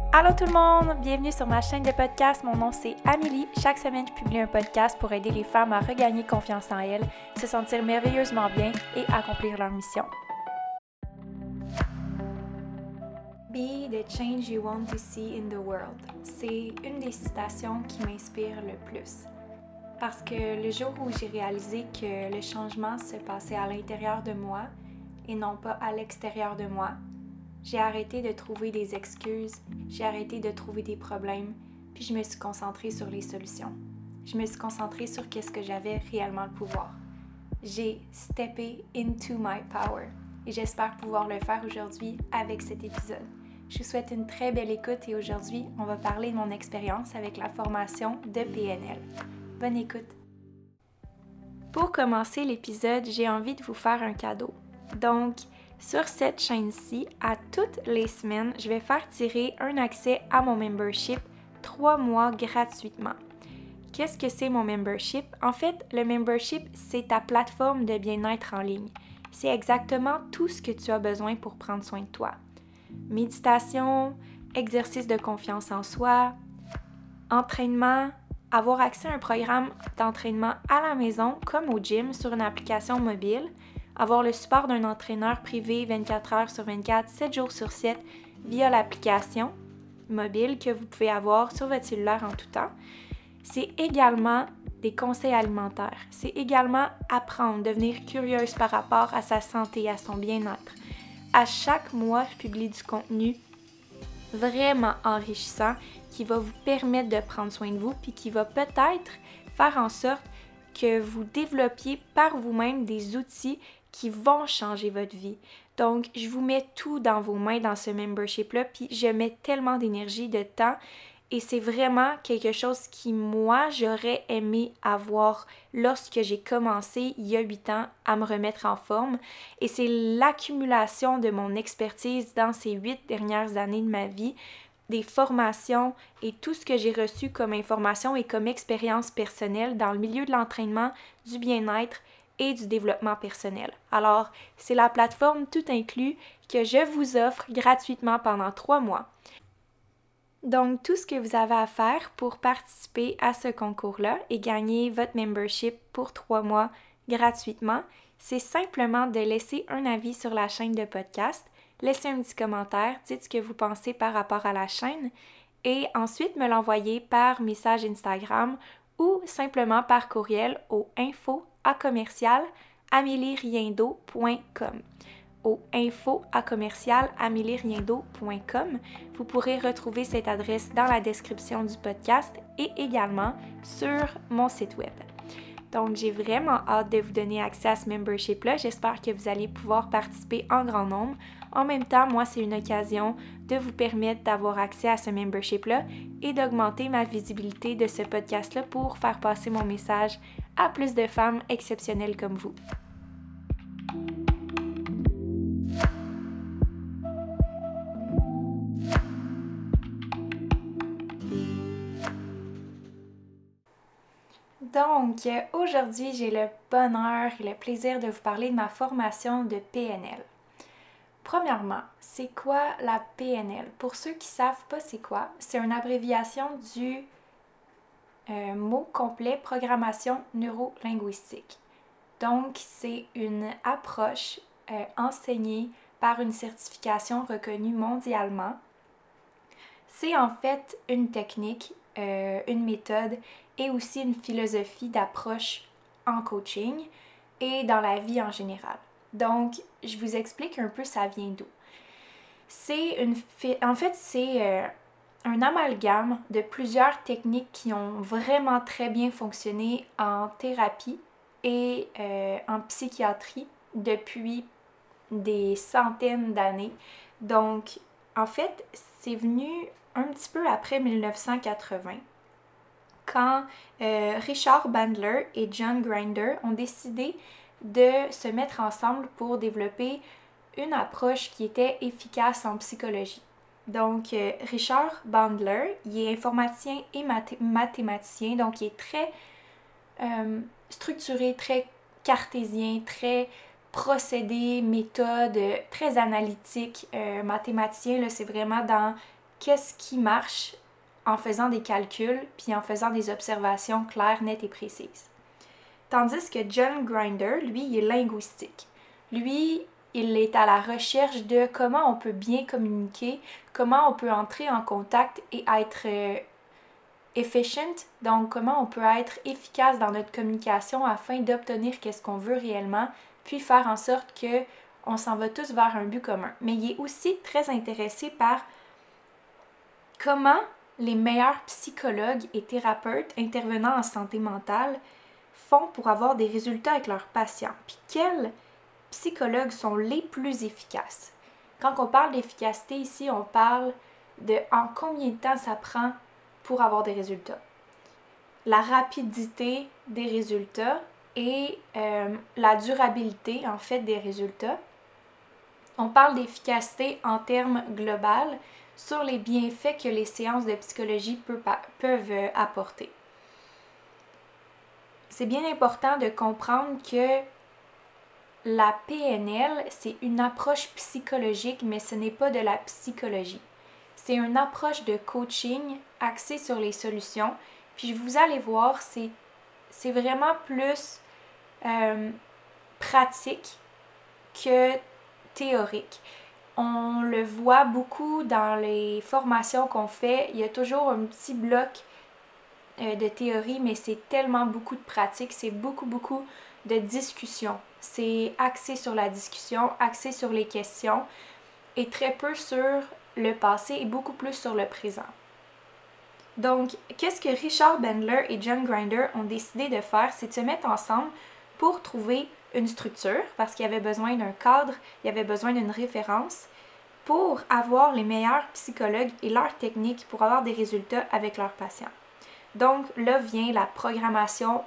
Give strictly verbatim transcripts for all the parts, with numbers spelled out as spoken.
Allô tout le monde! Bienvenue sur ma chaîne de podcast. Mon nom c'est Amélie. Chaque semaine, je publie un podcast pour aider les femmes à regagner confiance en elles, se sentir merveilleusement bien et accomplir leur mission. Be the change you want to see in the world. C'est une des citations qui m'inspire le plus. Parce que le jour où j'ai réalisé que le changement se passait à l'intérieur de moi et non pas à l'extérieur de moi, j'ai arrêté de trouver des excuses, j'ai arrêté de trouver des problèmes, puis je me suis concentrée sur les solutions. Je me suis concentrée sur qu'est-ce que j'avais réellement le pouvoir. J'ai steppé into my power et j'espère pouvoir le faire aujourd'hui avec cet épisode. Je vous souhaite une très belle écoute et aujourd'hui, on va parler de mon expérience avec la formation de P N L. Bonne écoute! Pour commencer l'épisode, j'ai envie de vous faire un cadeau. Donc, sur cette chaîne-ci, à toutes les semaines, je vais faire tirer un accès à mon membership trois mois gratuitement. Qu'est-ce que c'est mon membership? En fait, le membership, c'est ta plateforme de bien-être en ligne. C'est exactement tout ce que tu as besoin pour prendre soin de toi. Méditation, exercice de confiance en soi, entraînement, avoir accès à un programme d'entraînement à la maison comme au gym sur une application mobile, avoir le support d'un entraîneur privé vingt-quatre heures sur vingt-quatre, sept jours sur sept via l'application mobile que vous pouvez avoir sur votre cellulaire en tout temps. C'est également des conseils alimentaires. C'est également apprendre, devenir curieuse par rapport à sa santé et à son bien-être. À chaque mois, je publie du contenu vraiment enrichissant qui va vous permettre de prendre soin de vous puis qui va peut-être faire en sorte que vous développiez par vous-même des outils qui vont changer votre vie. Donc, je vous mets tout dans vos mains dans ce membership-là, puis je mets tellement d'énergie, de temps, et c'est vraiment quelque chose qui, moi, j'aurais aimé avoir lorsque j'ai commencé, il y a huit ans, à me remettre en forme. Et c'est l'accumulation de mon expertise dans ces huit dernières années de ma vie, des formations et tout ce que j'ai reçu comme information et comme expérience personnelle dans le milieu de l'entraînement, du bien-être et du développement personnel. Alors, c'est la plateforme tout inclus que je vous offre gratuitement pendant trois mois. Donc, tout ce que vous avez à faire pour participer à ce concours-là et gagner votre membership pour trois mois gratuitement, c'est simplement de laisser un avis sur la chaîne de podcast, laisser un petit commentaire, dites ce que vous pensez par rapport à la chaîne et ensuite me l'envoyer par message Instagram ou simplement par courriel au info à commercial amélie riendo point com. Au info à commercial amélie riendo point com. Vous pourrez retrouver cette adresse dans la description du podcast et également sur mon site web. Donc, j'ai vraiment hâte de vous donner accès à ce membership-là. J'espère que vous allez pouvoir participer en grand nombre. En même temps, moi, c'est une occasion de vous permettre d'avoir accès à ce membership-là et d'augmenter ma visibilité de ce podcast-là pour faire passer mon message à plus de femmes exceptionnelles comme vous. Donc, aujourd'hui, j'ai le bonheur et le plaisir de vous parler de ma formation de P N L. Premièrement, c'est quoi la P N L? Pour ceux qui ne savent pas c'est quoi, c'est une abréviation du euh, mot complet programmation neuro-linguistique. Donc, c'est une approche euh, enseignée par une certification reconnue mondialement. C'est en fait une technique, euh, une méthode et aussi une philosophie d'approche en coaching et dans la vie en général. Donc, je vous explique un peu ça vient d'où. C'est une, en fait, c'est euh, un amalgame de plusieurs techniques qui ont vraiment très bien fonctionné en thérapie et euh, en psychiatrie depuis des centaines d'années. Donc, en fait, c'est venu un petit peu après dix-neuf cent quatre-vingts, quand euh, Richard Bandler et John Grinder ont décidé de se mettre ensemble pour développer une approche qui était efficace en psychologie. Donc, euh, Richard Bandler, il est informaticien et math- mathématicien, donc il est très euh, structuré, très cartésien, très procédé, méthode, très analytique. Euh, mathématicien, là, c'est vraiment dans qu'est-ce qui marche en faisant des calculs puis en faisant des observations claires, nettes et précises. Tandis que John Grinder, lui, il est linguistique. Lui, il est à la recherche de comment on peut bien communiquer, comment on peut entrer en contact et être euh, efficient, donc comment on peut être efficace dans notre communication afin d'obtenir qu'est-ce qu'on veut réellement, puis faire en sorte que on s'en va tous vers un but commun. Mais il est aussi très intéressé par comment les meilleurs psychologues et thérapeutes intervenant en santé mentale font pour avoir des résultats avec leurs patients, puis quels psychologues sont les plus efficaces. Quand on parle d'efficacité ici, on parle de en combien de temps ça prend pour avoir des résultats. La rapidité des résultats et euh, la durabilité en fait des résultats. On parle d'efficacité en termes global sur les bienfaits que les séances de psychologie peut, peuvent apporter. C'est bien important de comprendre que la P N L, c'est une approche psychologique, mais ce n'est pas de la psychologie. C'est une approche de coaching axée sur les solutions. Puis vous allez voir, c'est, c'est vraiment plus euh, pratique que théorique. On le voit beaucoup dans les formations qu'on fait. Il y a toujours un petit bloc euh, de théorie, mais c'est tellement beaucoup de pratique. C'est beaucoup, beaucoup de discussion. C'est axé sur la discussion, axé sur les questions et très peu sur le passé et beaucoup plus sur le présent. Donc, qu'est-ce que Richard Bandler et John Grinder ont décidé de faire, c'est de se mettre ensemble pour trouver une structure, parce qu'il y avait besoin d'un cadre, il y avait besoin d'une référence, pour avoir les meilleurs psychologues et leurs techniques pour avoir des résultats avec leurs patients. Donc, là vient la programmation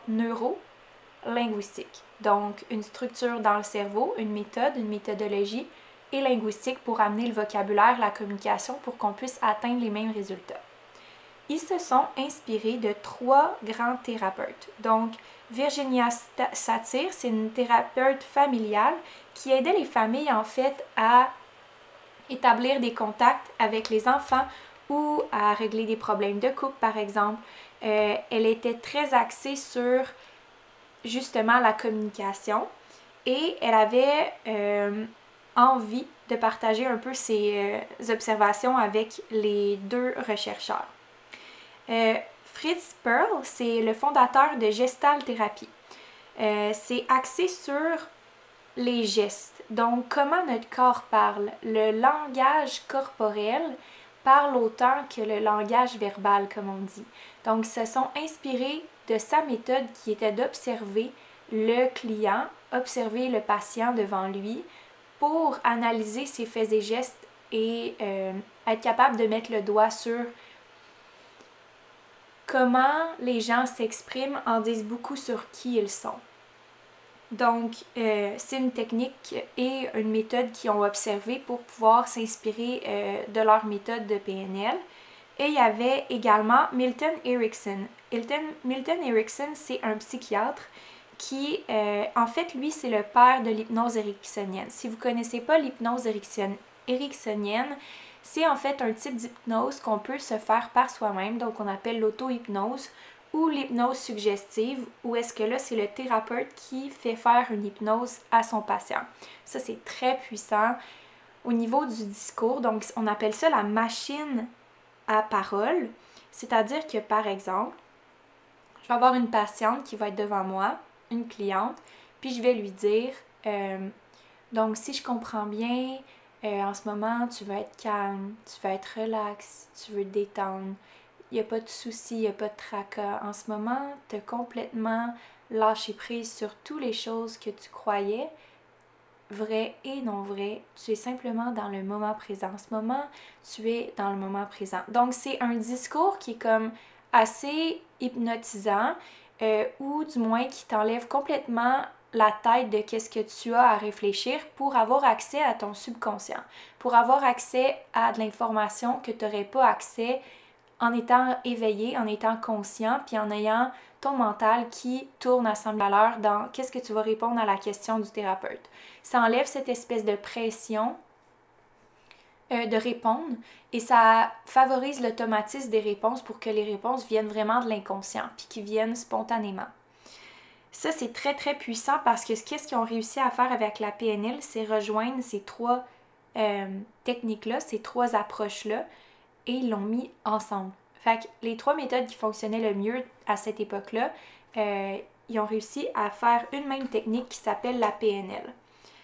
neuro-linguistique. Donc, une structure dans le cerveau, une méthode, une méthodologie et linguistique pour amener le vocabulaire, la communication pour qu'on puisse atteindre les mêmes résultats. Ils se sont inspirés de trois grands thérapeutes. Donc, Virginia Satir, c'est une thérapeute familiale qui aidait les familles en fait à établir des contacts avec les enfants ou à régler des problèmes de couple, par exemple. Euh, elle était très axée sur justement la communication et elle avait euh, envie de partager un peu ses euh, observations avec les deux rechercheurs. Euh, Fritz Perls, c'est le fondateur de Gestalt Thérapie. Euh, c'est axé sur les gestes, donc comment notre corps parle. Le langage corporel parle autant que le langage verbal, comme on dit. Donc, ils se sont inspirés de sa méthode qui était d'observer le client, observer le patient devant lui pour analyser ses faits et gestes et euh, être capable de mettre le doigt sur comment les gens s'expriment en disent beaucoup sur qui ils sont. Donc, euh, c'est une technique et une méthode qu'ils ont observé pour pouvoir s'inspirer euh, de leur méthode de P N L. Et il y avait également Milton Erickson. Milton, Milton Erickson, c'est un psychiatre qui, euh, en fait, lui, c'est le père de l'hypnose ericksonienne. Si vous ne connaissez pas l'hypnose ericksonienne, c'est en fait un type d'hypnose qu'on peut se faire par soi-même, donc on appelle l'auto-hypnose ou l'hypnose suggestive, où est-ce que là, c'est le thérapeute qui fait faire une hypnose à son patient. Ça, c'est très puissant au niveau du discours, donc on appelle ça la machine à parole, c'est-à-dire que, par exemple, je vais avoir une patiente qui va être devant moi, une cliente, puis je vais lui dire, euh, donc si je comprends bien, Euh, en ce moment, tu veux être calme, tu veux être relax, tu veux te détendre. Il n'y a pas de soucis, il n'y a pas de tracas. En ce moment, tu as complètement lâché prise sur toutes les choses que tu croyais, vraies et non vraies. Tu es simplement dans le moment présent. En ce moment, tu es dans le moment présent. Donc, c'est un discours qui est comme assez hypnotisant euh, ou du moins qui t'enlève complètement la tête de qu'est-ce que tu as à réfléchir pour avoir accès à ton subconscient, pour avoir accès à de l'information que tu n'aurais pas accès en étant éveillé, en étant conscient, puis en ayant ton mental qui tourne à cent mille à l'heure dans qu'est-ce que tu vas répondre à la question du thérapeute. Ça enlève cette espèce de pression euh, de répondre et ça favorise l'automatisme des réponses pour que les réponses viennent vraiment de l'inconscient puis qu'ils viennent spontanément. Ça, c'est très, très puissant parce que qu'est-ce qu'ils ont réussi à faire avec la P N L, c'est rejoindre ces trois euh, techniques-là, ces trois approches-là, et ils l'ont mis ensemble. Fait que les trois méthodes qui fonctionnaient le mieux à cette époque-là, euh, ils ont réussi à faire une même technique qui s'appelle la P N L.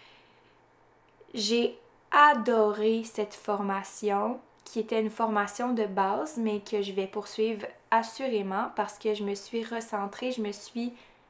J'ai adoré cette formation, qui était une formation de base, mais que je vais poursuivre assurément parce que je me suis recentrée, je me suis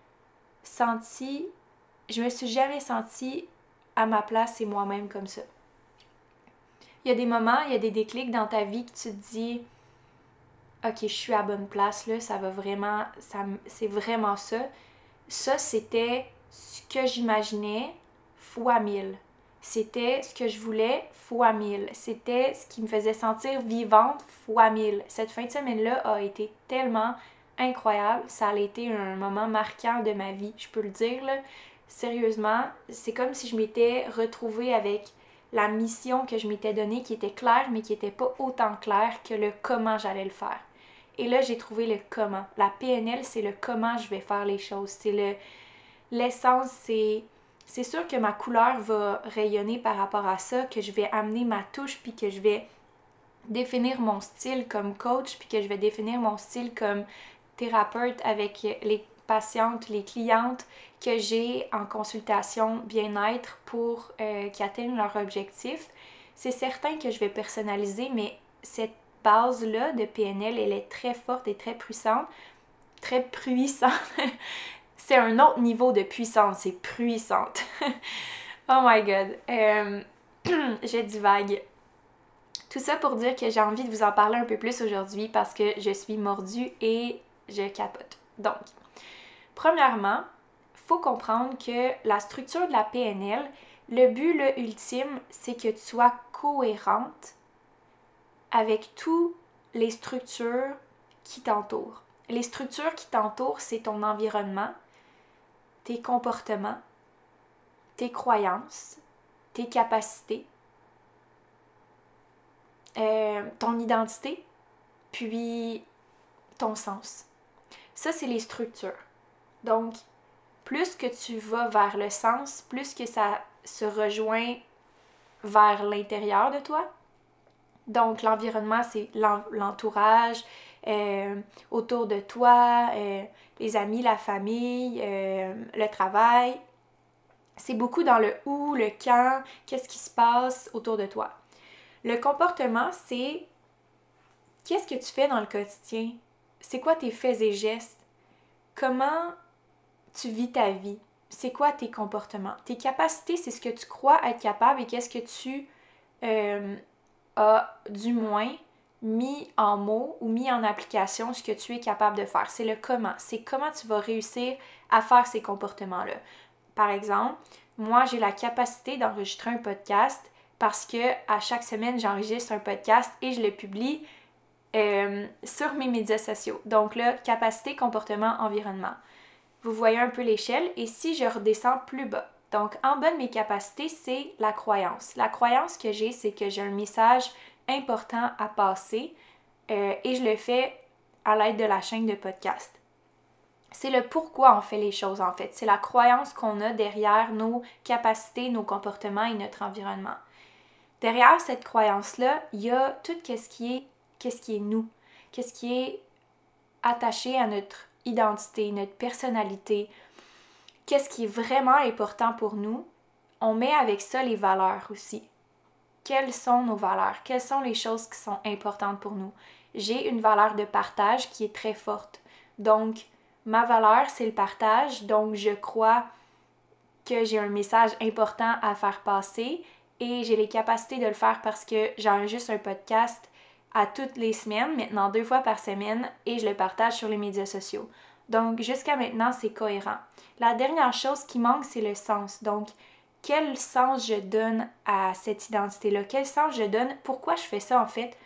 sentie, je me suis jamais sentie à ma place et moi-même comme ça. Il y a des moments, il y a des déclics dans ta vie que tu te dis ok, je suis à la bonne place, là, ça va vraiment, ça, c'est vraiment ça. Ça, c'était ce que j'imaginais fois mille. C'était ce que je voulais fois mille. C'était ce qui me faisait sentir vivante fois mille. Cette fin de semaine-là a été tellement incroyable. Ça a été un moment marquant de ma vie, je peux le dire, là. Sérieusement, c'est comme si je m'étais retrouvée avec la mission que je m'étais donnée qui était claire, mais qui n'était pas autant claire que le comment j'allais le faire. Et là, j'ai trouvé le comment. La P N L, c'est le comment je vais faire les choses. C'est le l'essence, c'est... C'est sûr que ma couleur va rayonner par rapport à ça, que je vais amener ma touche, puis que je vais définir mon style comme coach, puis que je vais définir mon style comme thérapeute avec les patientes, les clientes que j'ai en consultation bien-être pour euh, qu'ils atteignent leur objectif. C'est certain que je vais personnaliser, mais cette base-là de P N L, elle est très forte et très puissante. Très puissante. C'est un autre niveau de puissance, c'est puissante. Oh my god. Euh, je divague. Tout ça pour dire que j'ai envie de vous en parler un peu plus aujourd'hui parce que je suis mordue et je capote. Donc, premièrement, il faut comprendre que la structure de la P N L, le but là, ultime, c'est que tu sois cohérente avec toutes les structures qui t'entourent. Les structures qui t'entourent, c'est ton environnement, tes comportements, tes croyances, tes capacités, euh, ton identité, puis ton sens. Ça, c'est les structures. Donc, plus que tu vas vers le sens, plus que ça se rejoint vers l'intérieur de toi. Donc, l'environnement, c'est l'entourage, euh, autour de toi, euh, les amis, la famille, euh, le travail. C'est beaucoup dans le où, le quand, qu'est-ce qui se passe autour de toi. Le comportement, c'est qu'est-ce que tu fais dans le quotidien? C'est quoi tes faits et gestes? Comment tu vis ta vie? C'est quoi tes comportements? Tes capacités, c'est ce que tu crois être capable et qu'est-ce que tu euh, as du moins mis en mots ou mis en application ce que tu es capable de faire. C'est le comment. C'est comment tu vas réussir à faire ces comportements-là. Par exemple, moi, j'ai la capacité d'enregistrer un podcast parce que à chaque semaine, j'enregistre un podcast et je le publie euh, sur mes médias sociaux. Donc là, capacité, comportement, environnement. Vous voyez un peu l'échelle et si je redescends plus bas. Donc, en bas de mes capacités, c'est la croyance. La croyance que j'ai, c'est que j'ai un message important à passer euh, et je le fais à l'aide de la chaîne de podcast. C'est le pourquoi on fait les choses en fait. C'est la croyance qu'on a derrière nos capacités, nos comportements et notre environnement. Derrière cette croyance-là, il y a tout ce qui est, qu'est-ce qui est nous, qu'est-ce qui est attaché à notre identité, notre personnalité, qu'est-ce qui est vraiment important pour nous. On met avec ça les valeurs aussi. Quelles sont nos valeurs? Quelles sont les choses qui sont importantes pour nous? J'ai une valeur de partage qui est très forte. Donc, ma valeur, c'est le partage. Donc, je crois que j'ai un message important à faire passer et j'ai les capacités de le faire parce que j'enregistre un podcast à toutes les semaines, maintenant deux fois par semaine, et je le partage sur les médias sociaux. Donc, jusqu'à maintenant, c'est cohérent. La dernière chose qui manque, c'est le sens. Donc, quel sens je donne à cette identité-là? Quel sens je donne? Pourquoi je fais ça, en fait?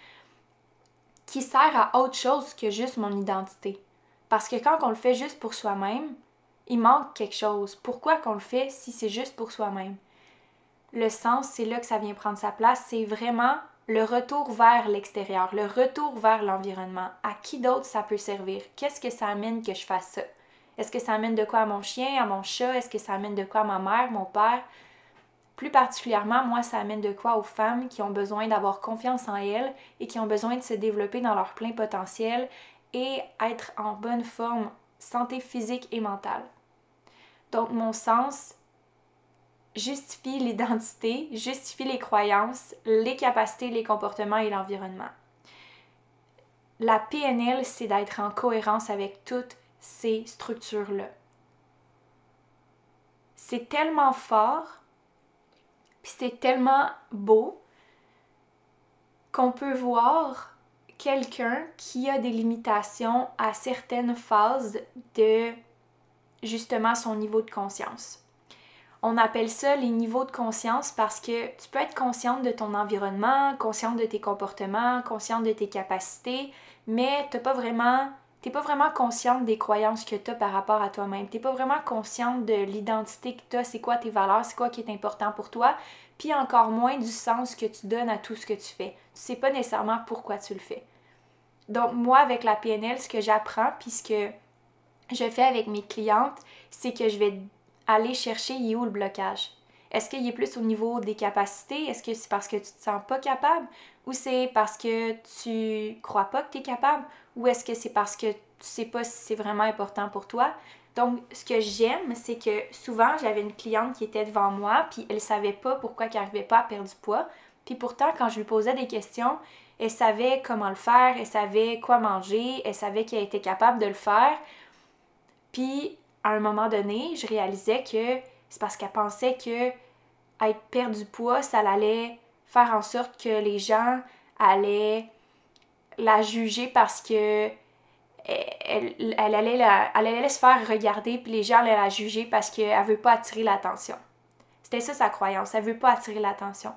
Qui sert à autre chose que juste mon identité. Parce que quand on le fait juste pour soi-même, il manque quelque chose. Pourquoi qu'on le fait si c'est juste pour soi-même? Le sens, c'est là que ça vient prendre sa place. C'est vraiment le retour vers l'extérieur, le retour vers l'environnement. À qui d'autre ça peut servir? Qu'est-ce que ça amène que je fasse ça? Est-ce que ça amène de quoi à mon chien, à mon chat? Est-ce que ça amène de quoi à ma mère, mon père? Plus particulièrement, moi, ça amène de quoi aux femmes qui ont besoin d'avoir confiance en elles et qui ont besoin de se développer dans leur plein potentiel et être en bonne forme, santé physique et mentale. Donc, mon sens justifie l'identité, justifie les croyances, les capacités, les comportements et l'environnement. La P N L, c'est d'être en cohérence avec toutes ces structures-là. C'est tellement fort, puis c'est tellement beau qu'on peut voir quelqu'un qui a des limitations à certaines phases de justement son niveau de conscience. On appelle ça les niveaux de conscience parce que tu peux être consciente de ton environnement, consciente de tes comportements, consciente de tes capacités, mais t'as pas vraiment, t'es pas vraiment consciente des croyances que tu as par rapport à toi-même. T'es pas vraiment consciente de l'identité que tu as, c'est quoi tes valeurs, c'est quoi qui est important pour toi, puis encore moins du sens que tu donnes à tout ce que tu fais. Tu sais pas nécessairement pourquoi tu le fais. Donc moi, avec la P N L, ce que j'apprends, puis ce que je fais avec mes clientes, c'est que je vais aller chercher il est où le blocage. Est-ce qu'il est plus au niveau des capacités? Est-ce que c'est parce que tu te sens pas capable? Ou c'est parce que tu crois pas que tu es capable? Ou est-ce que c'est parce que tu sais pas si c'est vraiment important pour toi? Donc, ce que j'aime, c'est que souvent, j'avais une cliente qui était devant moi, puis elle savait pas pourquoi elle n'arrivait pas à perdre du poids. Puis pourtant, quand je lui posais des questions, elle savait comment le faire, elle savait quoi manger, elle savait qu'elle était capable de le faire. Puis, à un moment donné, je réalisais que c'est parce qu'elle pensait que être perdre du poids, ça allait faire en sorte que les gens allaient la juger parce que elle, elle, allait, la, elle allait se faire regarder puis les gens allaient la juger parce qu'elle veut pas attirer l'attention. C'était ça sa croyance, elle veut pas attirer l'attention.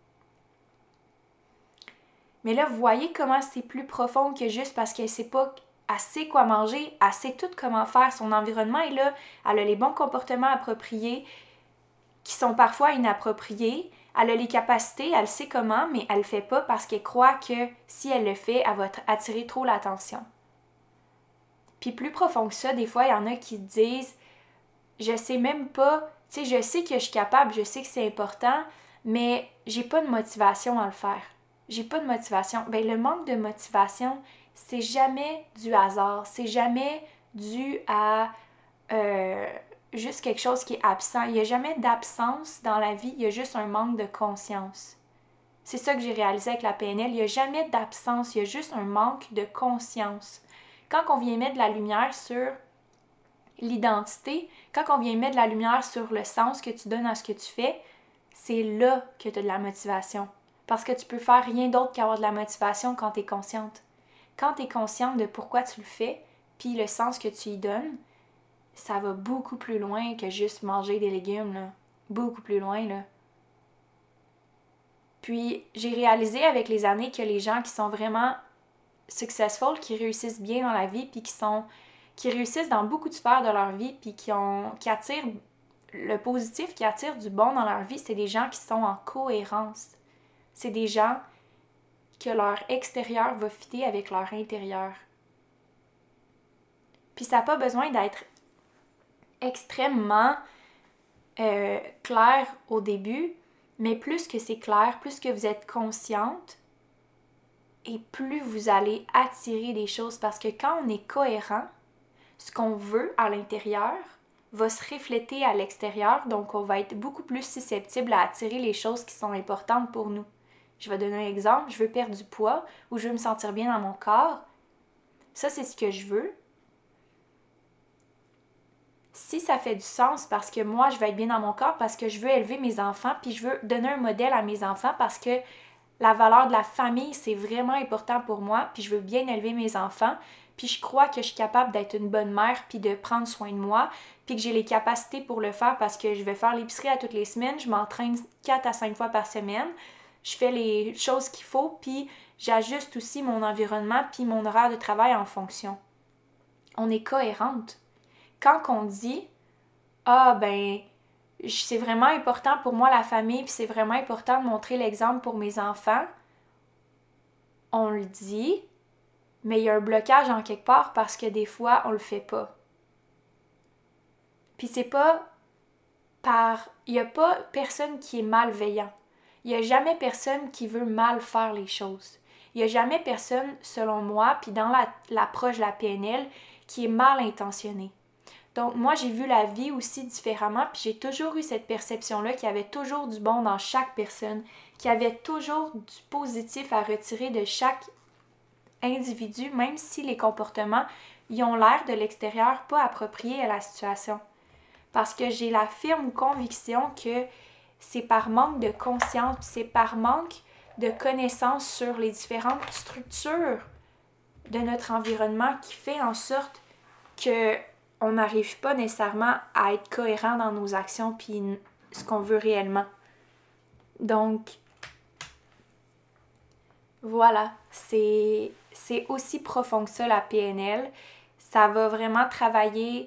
Mais là, vous voyez comment c'est plus profond que juste parce qu'elle sait pas elle sait quoi manger, elle sait tout comment faire, son environnement est là, elle a les bons comportements appropriés qui sont parfois inappropriés, elle a les capacités, elle sait comment, mais elle le fait pas parce qu'elle croit que si elle le fait, elle va attirer trop l'attention. Puis plus profond que ça, des fois, il y en a qui disent « Je sais même pas, tu sais, je sais que je suis capable, je sais que c'est important, mais j'ai pas de motivation à le faire. J'ai pas de motivation. » Ben le manque de motivation, c'est jamais du hasard, c'est jamais dû à euh, juste quelque chose qui est absent. Il n'y a jamais d'absence dans la vie, il y a juste un manque de conscience. C'est ça que j'ai réalisé avec la P N L, il n'y a jamais d'absence, il y a juste un manque de conscience. Quand on vient mettre de la lumière sur l'identité, quand on vient mettre de la lumière sur le sens que tu donnes à ce que tu fais, c'est là que tu as de la motivation. Parce que tu peux faire rien d'autre qu'avoir de la motivation quand tu es consciente. Quand tu es consciente de pourquoi tu le fais, puis le sens que tu y donnes, ça va beaucoup plus loin que juste manger des légumes, là. Beaucoup plus loin, là. Puis, j'ai réalisé avec les années que les gens qui sont vraiment successful, qui réussissent bien dans la vie, puis qui sont qui réussissent dans beaucoup de sphères de leur vie, puis qui ont qui attirent le positif, qui attirent du bon dans leur vie, c'est des gens qui sont en cohérence. C'est des gens que leur extérieur va fitter avec leur intérieur. Puis ça n'a pas besoin d'être extrêmement euh, clair au début, mais plus que c'est clair, plus que vous êtes consciente, et plus vous allez attirer des choses. Parce que quand on est cohérent, ce qu'on veut à l'intérieur va se refléter à l'extérieur, donc on va être beaucoup plus susceptible à attirer les choses qui sont importantes pour nous. Je vais donner un exemple, je veux perdre du poids ou je veux me sentir bien dans mon corps. Ça, c'est ce que je veux. Si ça fait du sens parce que moi, je veux être bien dans mon corps, parce que je veux élever mes enfants, puis je veux donner un modèle à mes enfants parce que la valeur de la famille, c'est vraiment important pour moi, puis je veux bien élever mes enfants, puis je crois que je suis capable d'être une bonne mère, puis de prendre soin de moi, puis que j'ai les capacités pour le faire parce que je vais faire l'épicerie à toutes les semaines, je m'entraîne quatre à cinq fois par semaine, je fais les choses qu'il faut, puis j'ajuste aussi mon environnement, puis mon horaire de travail en fonction. On est cohérente. Quand on dit « Ah, ben, c'est vraiment important pour moi la famille, puis c'est vraiment important de montrer l'exemple pour mes enfants », on le dit, mais il y a un blocage en quelque part parce que des fois, on le fait pas. Puis c'est pas par... Il y a pas personne qui est malveillant. Il y a jamais personne qui veut mal faire les choses. Il y a jamais personne, selon moi, puis dans la, l'approche de la P N L, qui est mal intentionné. Donc moi, j'ai vu la vie aussi différemment, puis j'ai toujours eu cette perception-là qu'il y avait toujours du bon dans chaque personne, qu'il y avait toujours du positif à retirer de chaque individu, même si les comportements y ont l'air de l'extérieur pas appropriés à la situation. Parce que j'ai la ferme conviction que c'est par manque de conscience, c'est par manque de connaissances sur les différentes structures de notre environnement qui fait en sorte que on n'arrive pas nécessairement à être cohérent dans nos actions puis ce qu'on veut réellement. Donc, voilà, c'est, c'est aussi profond que ça la P N L. Ça va vraiment travailler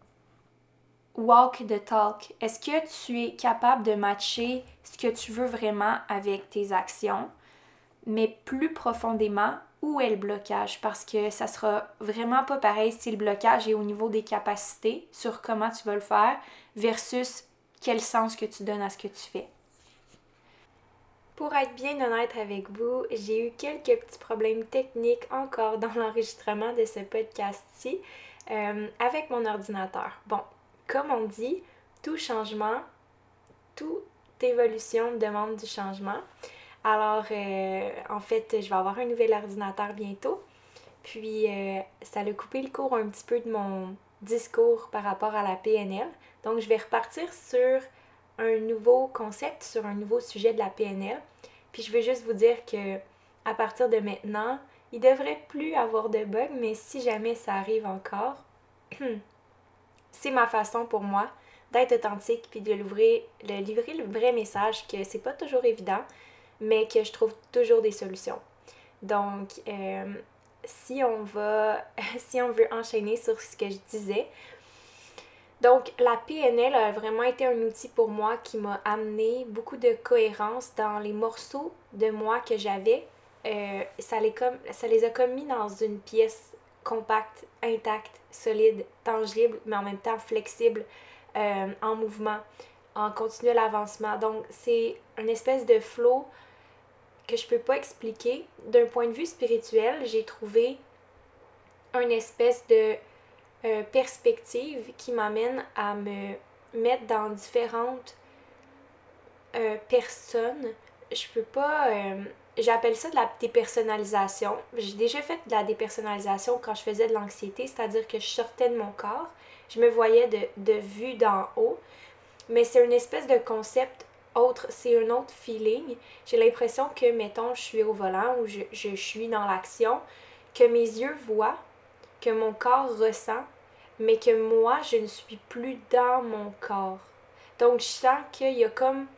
walk the talk. Est-ce que tu es capable de matcher ce que tu veux vraiment avec tes actions? Mais plus profondément, où est le blocage? Parce que ça sera vraiment pas pareil si le blocage est au niveau des capacités, sur comment tu vas le faire, versus quel sens que tu donnes à ce que tu fais. Pour être bien honnête avec vous, j'ai eu quelques petits problèmes techniques encore dans l'enregistrement de ce podcast-ci euh, avec mon ordinateur. Bon, comme on dit, tout changement, toute évolution demande du changement. Alors, euh, en fait, je vais avoir un nouvel ordinateur bientôt. Puis, euh, ça a coupé le cours un petit peu de mon discours par rapport à la P N L. Donc, je vais repartir sur un nouveau concept, sur un nouveau sujet de la P N L. Puis, je veux juste vous dire que à partir de maintenant, il ne devrait plus avoir de bugs, mais si jamais ça arrive encore, c'est ma façon pour moi d'être authentique puis de l'ouvrir, de livrer le vrai message que c'est pas toujours évident, mais que je trouve toujours des solutions. Donc, euh, si on va, si on veut enchaîner sur ce que je disais, donc la P N L a vraiment été un outil pour moi qui m'a amené beaucoup de cohérence dans les morceaux de moi que j'avais. Euh, ça, les comme, ça les a comme mis dans une pièce compacte, intacte, solide, tangible, mais en même temps flexible, euh, en mouvement, en continuel avancement. Donc, c'est une espèce de flow que je peux pas expliquer. D'un point de vue spirituel, j'ai trouvé une espèce de euh, perspective qui m'amène à me mettre dans différentes euh, personnes. Je peux pas... Euh, j'appelle ça de la dépersonnalisation. J'ai déjà fait de la dépersonnalisation quand je faisais de l'anxiété, c'est-à-dire que je sortais de mon corps, je me voyais de, de vue d'en haut, mais c'est une espèce de concept autre, c'est un autre feeling. J'ai l'impression que, mettons, je suis au volant ou je, je suis dans l'action, que mes yeux voient, que mon corps ressent, mais que moi, je ne suis plus dans mon corps. Donc, je sens qu'il y a comme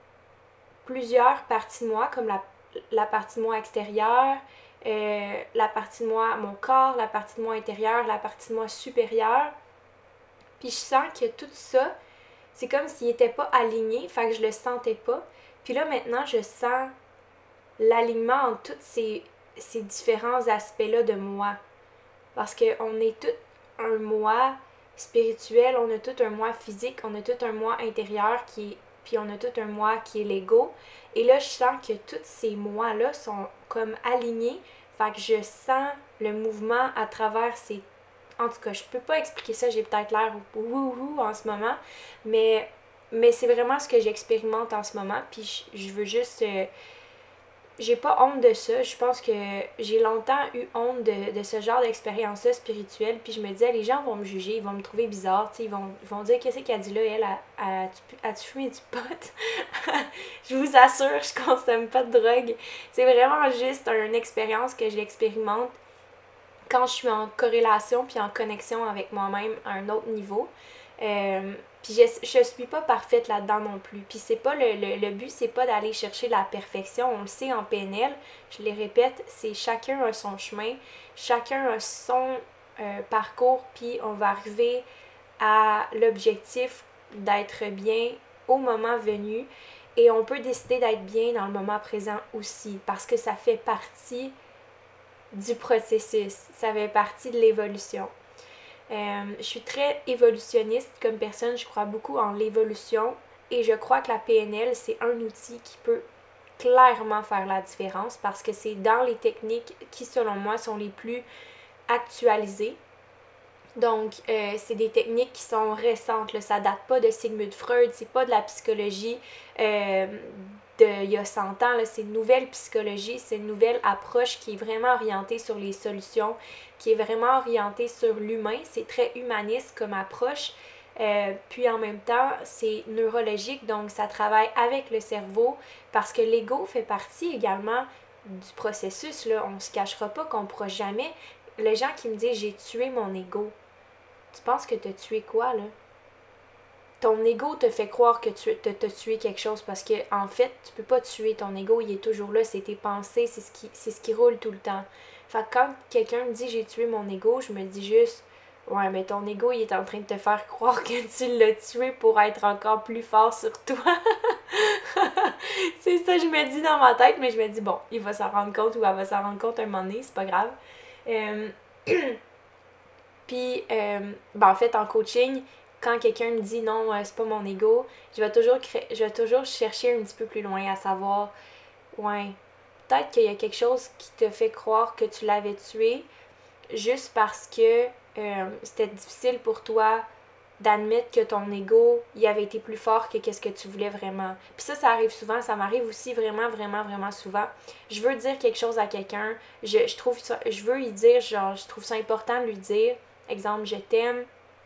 plusieurs parties de moi, comme la, la partie de moi extérieure, euh, la partie de moi, mon corps, la partie de moi intérieure, la partie de moi supérieure. Puis je sens que tout ça, c'est comme s'il n'était pas aligné, fait que je le sentais pas. Puis là, maintenant, je sens l'alignement entre tous ces, ces différents aspects-là de moi. Parce qu'on est tout un moi spirituel, on a tout un moi physique, on a tout un moi intérieur, qui est, puis on a tout un moi qui est l'ego. Et là, je sens que tous ces moi-là sont comme alignés, fait que je sens le mouvement à travers ces... En tout cas, je peux pas expliquer ça, j'ai peut-être l'air wouhou en ce moment, mais, mais c'est vraiment ce que j'expérimente en ce moment, puis je, je veux juste... Euh, j'ai pas honte de ça, je pense que j'ai longtemps eu honte de, de ce genre d'expérience-là spirituelle, puis je me disais, les gens vont me juger, ils vont me trouver bizarre, ils vont, ils vont dire, qu'est-ce qu'elle dit là, elle, as-tu fumé du pot? Je vous assure, je consomme pas de drogue, c'est vraiment juste une expérience que j'expérimente quand je suis en corrélation puis en connexion avec moi-même à un autre niveau. Euh, puis je, je suis pas parfaite là-dedans non plus. Puis c'est pas le, le, le but, c'est pas d'aller chercher la perfection. On le sait en P N L, je les répète, c'est chacun a son chemin, chacun a son euh, parcours, puis on va arriver à l'objectif d'être bien au moment venu. Et on peut décider d'être bien dans le moment présent aussi, parce que ça fait partie du processus, ça fait partie de l'évolution. Euh, je suis très évolutionniste comme personne, je crois beaucoup en l'évolution et je crois que la P N L, c'est un outil qui peut clairement faire la différence parce que c'est dans les techniques qui, selon moi, sont les plus actualisées. Donc, euh, c'est des techniques qui sont récentes, là. Ça date pas de Sigmund Freud, c'est pas de la psychologie euh, d'il y a cent ans, là. C'est une nouvelle psychologie, c'est une nouvelle approche qui est vraiment orientée sur les solutions, qui est vraiment orientée sur l'humain. C'est très humaniste comme approche. Euh, puis en même temps, c'est neurologique, donc ça travaille avec le cerveau parce que l'ego fait partie également du processus, là. On se cachera pas qu'on pourra jamais. Les gens qui me disent j'ai tué mon ego, tu penses que t'as tué quoi, là? Ton ego te fait croire que tu as tué quelque chose parce que en fait, tu peux pas tuer ton ego, il est toujours là, c'est tes pensées, c'est ce qui c'est ce qui roule tout le temps. Fait que quand quelqu'un me dit j'ai tué mon ego, je me dis juste ouais, mais ton ego, il est en train de te faire croire que tu l'as tué pour être encore plus fort sur toi. C'est ça que je me dis dans ma tête, mais je me dis bon, il va s'en rendre compte ou elle va s'en rendre compte un moment donné, c'est pas grave. Euh... Puis, euh, ben en fait, en coaching, quand quelqu'un me dit non, euh, c'est pas mon ego, je vais toujours créer, je vais toujours chercher un petit peu plus loin à savoir, ouais, peut-être qu'il y a quelque chose qui te fait croire que tu l'avais tué juste parce que euh, c'était difficile pour toi d'admettre que ton ego, il avait été plus fort que qu'est-ce que tu voulais vraiment. Puis ça, ça arrive souvent, ça m'arrive aussi vraiment, vraiment, vraiment souvent. Je veux dire quelque chose à quelqu'un, je, je trouve ça, je veux lui dire, genre, je trouve ça important de lui dire, exemple, je t'aime,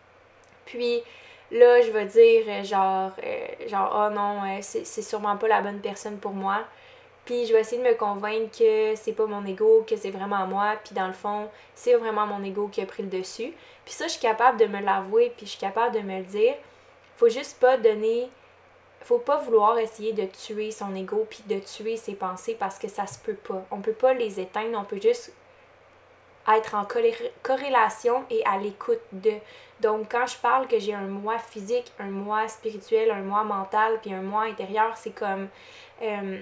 puis là, je vais dire, genre, euh, genre, oh non, euh, c'est, c'est sûrement pas la bonne personne pour moi. Puis je vais essayer de me convaincre que c'est pas mon ego, que c'est vraiment moi, puis dans le fond, c'est vraiment mon ego qui a pris le dessus. Puis ça, je suis capable de me l'avouer, puis je suis capable de me le dire. Faut juste pas donner... Faut pas vouloir essayer de tuer son ego, puis de tuer ses pensées, parce que ça se peut pas. On peut pas les éteindre, on peut juste être en corrélation et à l'écoute de. Donc, quand je parle que j'ai un moi physique, un moi spirituel, un moi mental, puis un moi intérieur, c'est comme... Euh,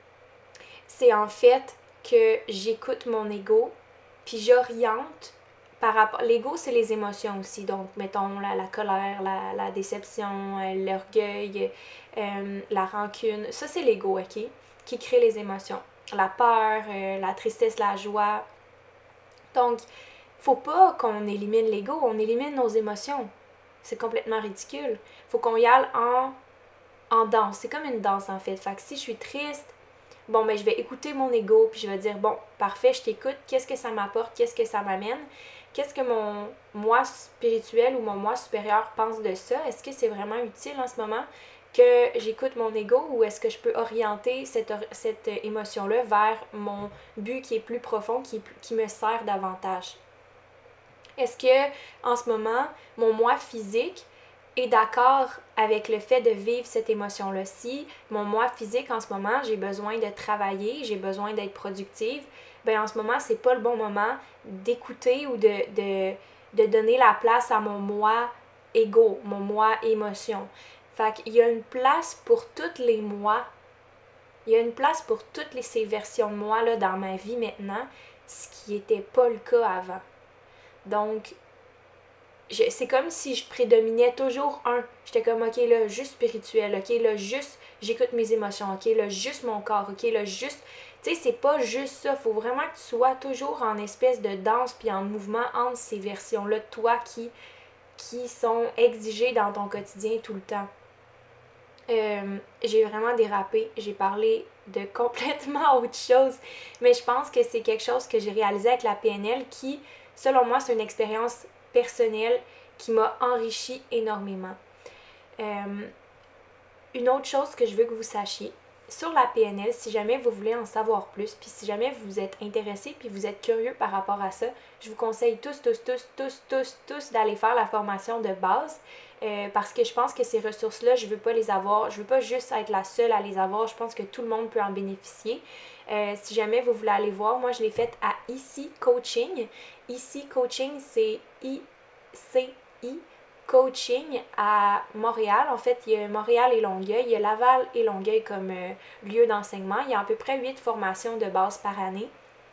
c'est en fait que j'écoute mon ego, puis j'oriente par rapport... L'ego, c'est les émotions aussi. Donc, mettons, la, la colère, la, la déception, euh, l'orgueil, euh, la rancune. Ça, c'est l'ego, OK? Qui crée les émotions. La peur, euh, la tristesse, la joie. Donc, faut pas qu'on élimine l'ego, on élimine nos émotions. C'est complètement ridicule. Faut qu'on y aille en, en danse. C'est comme une danse, en fait. Fait que si je suis triste, bon, ben, je vais écouter mon ego, puis je vais dire, bon, parfait, je t'écoute, qu'est-ce que ça m'apporte, qu'est-ce que ça m'amène, qu'est-ce que mon moi spirituel ou mon moi supérieur pense de ça, est-ce que c'est vraiment utile en ce moment que j'écoute mon ego ou est-ce que je peux orienter cette, cette émotion-là vers mon but qui est plus profond, qui, qui me sert davantage? Est-ce que en ce moment, mon moi physique est d'accord avec le fait de vivre cette émotion-là? Si mon moi physique en ce moment, j'ai besoin de travailler, j'ai besoin d'être productive, ben en ce moment, c'est pas le bon moment d'écouter ou de, de, de donner la place à mon moi égo, mon moi émotion. Fait qu'il y a une place pour toutes les moi. Il y a une place pour toutes les, ces versions de moi là, dans ma vie maintenant, ce qui n'était pas le cas avant. Donc, je, c'est comme si je prédominais toujours un. J'étais comme, ok, là, juste spirituel, ok, là, juste, j'écoute mes émotions, ok, là, juste mon corps, ok, là, juste... Tu sais, c'est pas juste ça. Faut vraiment que tu sois toujours en espèce de danse puis en mouvement entre ces versions-là de toi qui, qui sont exigées dans ton quotidien tout le temps. Euh, j'ai vraiment dérapé, j'ai parlé de complètement autre chose, mais je pense que c'est quelque chose que j'ai réalisé avec la P N L qui, selon moi, c'est une expérience personnelle qui m'a enrichi énormément. Euh, une autre chose que je veux que vous sachiez, sur la P N L, si jamais vous voulez en savoir plus, puis si jamais vous êtes intéressé, puis vous êtes curieux par rapport à ça, je vous conseille tous, tous, tous, tous, tous, tous d'aller faire la formation de base. Euh, parce que je pense que ces ressources-là, je veux pas les avoir, je veux pas juste être la seule à les avoir, je pense que tout le monde peut en bénéficier. Euh, si jamais vous voulez aller voir, moi je l'ai faite à Ici Coaching. Ici Coaching, c'est I C I Coaching à Montréal. En fait, il y a Montréal et Longueuil, il y a Laval et Longueuil comme euh, lieu d'enseignement. Il y a à peu près huit formations de base par année.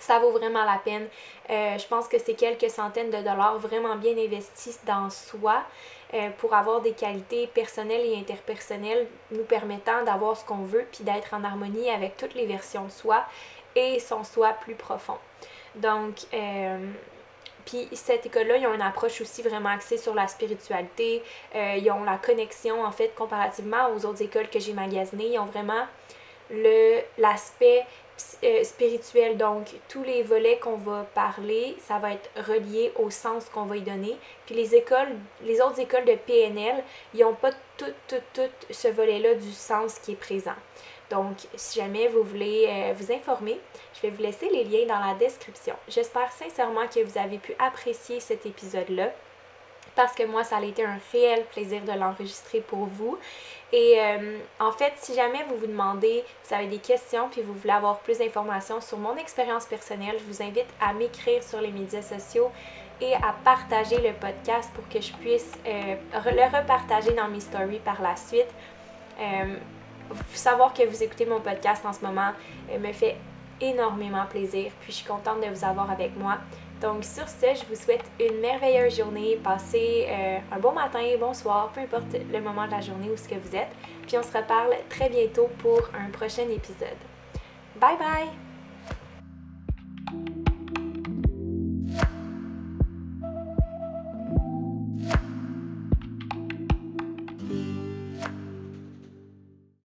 Ça vaut vraiment la peine. Euh, je pense que c'est quelques centaines de dollars vraiment bien investis dans soi euh, pour avoir des qualités personnelles et interpersonnelles nous permettant d'avoir ce qu'on veut puis d'être en harmonie avec toutes les versions de soi et son soi plus profond. Donc, euh, puis cette école-là, ils ont une approche aussi vraiment axée sur la spiritualité. Euh, ils ont la connexion, en fait, comparativement aux autres écoles que j'ai magasinées. Ils ont vraiment le l'aspect euh, spirituel. Donc, tous les volets qu'on va parler, ça va être relié au sens qu'on va y donner. Puis les écoles, les autres écoles de P N L, ils n'ont pas tout, tout, tout ce volet-là du sens qui est présent. Donc, si jamais vous voulez euh, vous informer, je vais vous laisser les liens dans la description. J'espère sincèrement que vous avez pu apprécier cet épisode-là parce que moi, ça a été un réel plaisir de l'enregistrer pour vous. Et euh, en fait, si jamais vous vous demandez, vous avez des questions puis vous voulez avoir plus d'informations sur mon expérience personnelle, je vous invite à m'écrire sur les médias sociaux et à partager le podcast pour que je puisse euh, le repartager dans mes stories par la suite. Euh, savoir que vous écoutez mon podcast en ce moment euh, me fait énormément plaisir, puis je suis contente de vous avoir avec moi. Donc sur ce, je vous souhaite une merveilleuse journée, passez euh, un bon matin, bonsoir, peu importe le moment de la journée où ce que vous êtes, puis on se reparle très bientôt pour un prochain épisode. Bye bye!